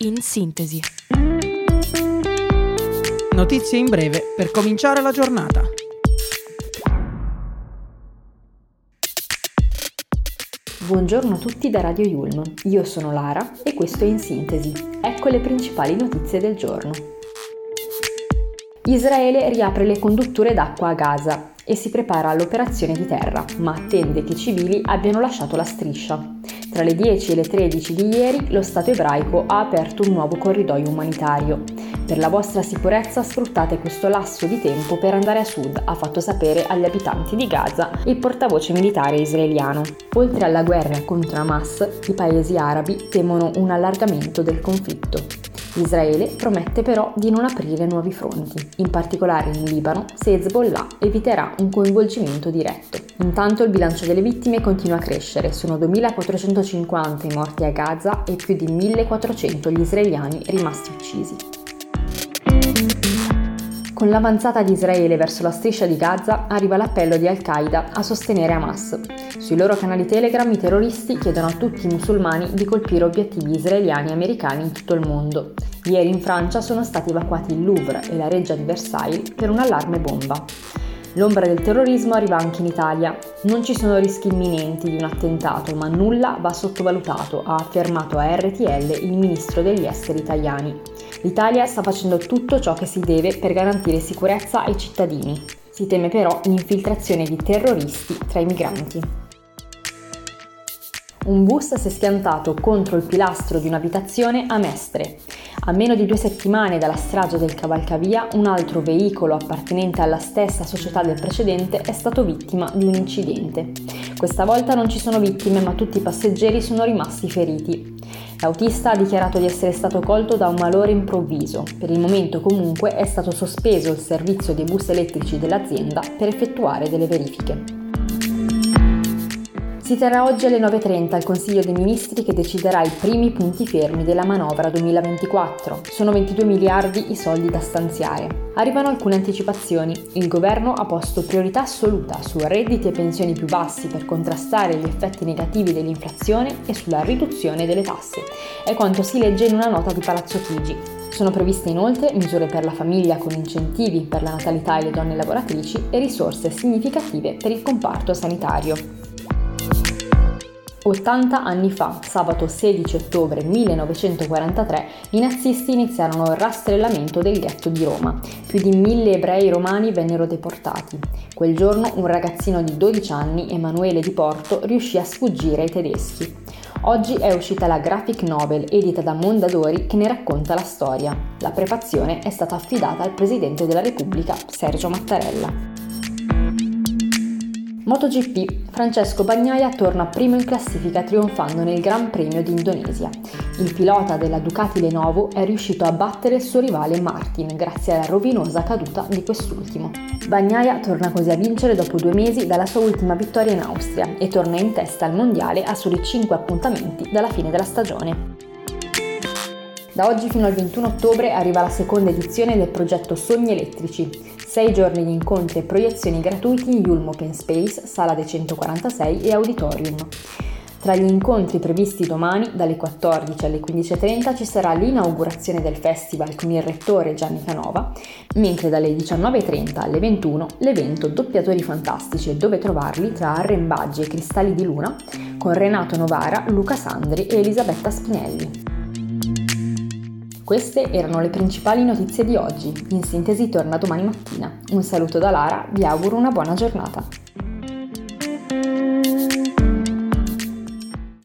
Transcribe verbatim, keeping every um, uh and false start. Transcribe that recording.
in sintesi. Notizie in breve per cominciare la giornata. Buongiorno a tutti da Radio Yulm, io sono Lara e questo è In Sintesi. Ecco le principali notizie del giorno. Israele riapre le condutture d'acqua a Gaza e si prepara all'operazione di terra, ma attende che i civili abbiano lasciato la striscia. Tra le dieci e le tredici di ieri lo Stato ebraico ha aperto un nuovo corridoio umanitario. Per la vostra sicurezza sfruttate questo lasso di tempo per andare a sud, ha fatto sapere agli abitanti di Gaza il portavoce militare israeliano. Oltre alla guerra contro Hamas, i paesi arabi temono un allargamento del conflitto. Israele promette però di non aprire nuovi fronti, in particolare in Libano, se Hezbollah eviterà un coinvolgimento diretto. Intanto il bilancio delle vittime continua a crescere, sono duemilaquattrocentocinquanta i morti a Gaza e più di millequattrocento gli israeliani rimasti uccisi. Con l'avanzata di Israele verso la striscia di Gaza arriva l'appello di Al-Qaeda a sostenere Hamas. Sui loro canali Telegram i terroristi chiedono a tutti i musulmani di colpire obiettivi israeliani e americani in tutto il mondo. Ieri in Francia sono stati evacuati il Louvre e la reggia di Versailles per un allarme bomba. L'ombra del terrorismo arriva anche in Italia. Non ci sono rischi imminenti di un attentato, ma nulla va sottovalutato, ha affermato a R T L il ministro degli esteri italiani. L'Italia sta facendo tutto ciò che si deve per garantire sicurezza ai cittadini. Si teme però l'infiltrazione di terroristi tra i migranti. Un bus si è schiantato contro il pilastro di un'abitazione a Mestre. A meno di due settimane dalla strage del cavalcavia, un altro veicolo appartenente alla stessa società del precedente è stato vittima di un incidente. Questa volta non ci sono vittime, ma tutti i passeggeri sono rimasti feriti. L'autista ha dichiarato di essere stato colto da un malore improvviso. Per il momento comunque è stato sospeso il servizio dei bus elettrici dell'azienda per effettuare delle verifiche. Si terrà oggi alle nove e trenta il Consiglio dei Ministri che deciderà i primi punti fermi della manovra duemilaventiquattro. Sono ventidue miliardi i soldi da stanziare. Arrivano alcune anticipazioni. Il governo ha posto priorità assoluta su redditi e pensioni più bassi per contrastare gli effetti negativi dell'inflazione e sulla riduzione delle tasse. È quanto si legge in una nota di Palazzo Chigi. Sono previste inoltre misure per la famiglia con incentivi per la natalità e le donne lavoratrici e risorse significative per il comparto sanitario. ottanta anni fa, sabato sedici ottobre millenovecentoquarantatré, i nazisti iniziarono il rastrellamento del ghetto di Roma. Più di mille ebrei romani vennero deportati. Quel giorno un ragazzino di dodici anni, Emanuele Di Porto, riuscì a sfuggire ai tedeschi. Oggi è uscita la graphic novel edita da Mondadori che ne racconta la storia. La prefazione è stata affidata al Presidente della Repubblica, Sergio Mattarella. MotoGP, Francesco Bagnaia torna primo in classifica trionfando nel Gran Premio di Indonesia. Il pilota della Ducati Lenovo è riuscito a battere il suo rivale Martin grazie alla rovinosa caduta di quest'ultimo. Bagnaia torna così a vincere dopo due mesi dalla sua ultima vittoria in Austria e torna in testa al mondiale a soli cinque appuntamenti dalla fine della stagione. Da oggi fino al ventuno ottobre arriva la seconda edizione del progetto Sogni Elettrici. Sei giorni di incontri e proiezioni gratuiti in Yulm Open Space, Sala dei centoquarantasei e Auditorium. Tra gli incontri previsti domani, dalle quattordici alle quindici e trenta, ci sarà l'inaugurazione del festival con il rettore Gianni Canova, mentre dalle diciannove e trenta alle ventuno l'evento Doppiatori Fantastici e dove trovarli tra arrembaggi e cristalli di luna con Renato Novara, Luca Sandri e Elisabetta Spinelli. Queste erano le principali notizie di oggi. In Sintesi torna domani mattina. Un saluto da Lara, vi auguro una buona giornata.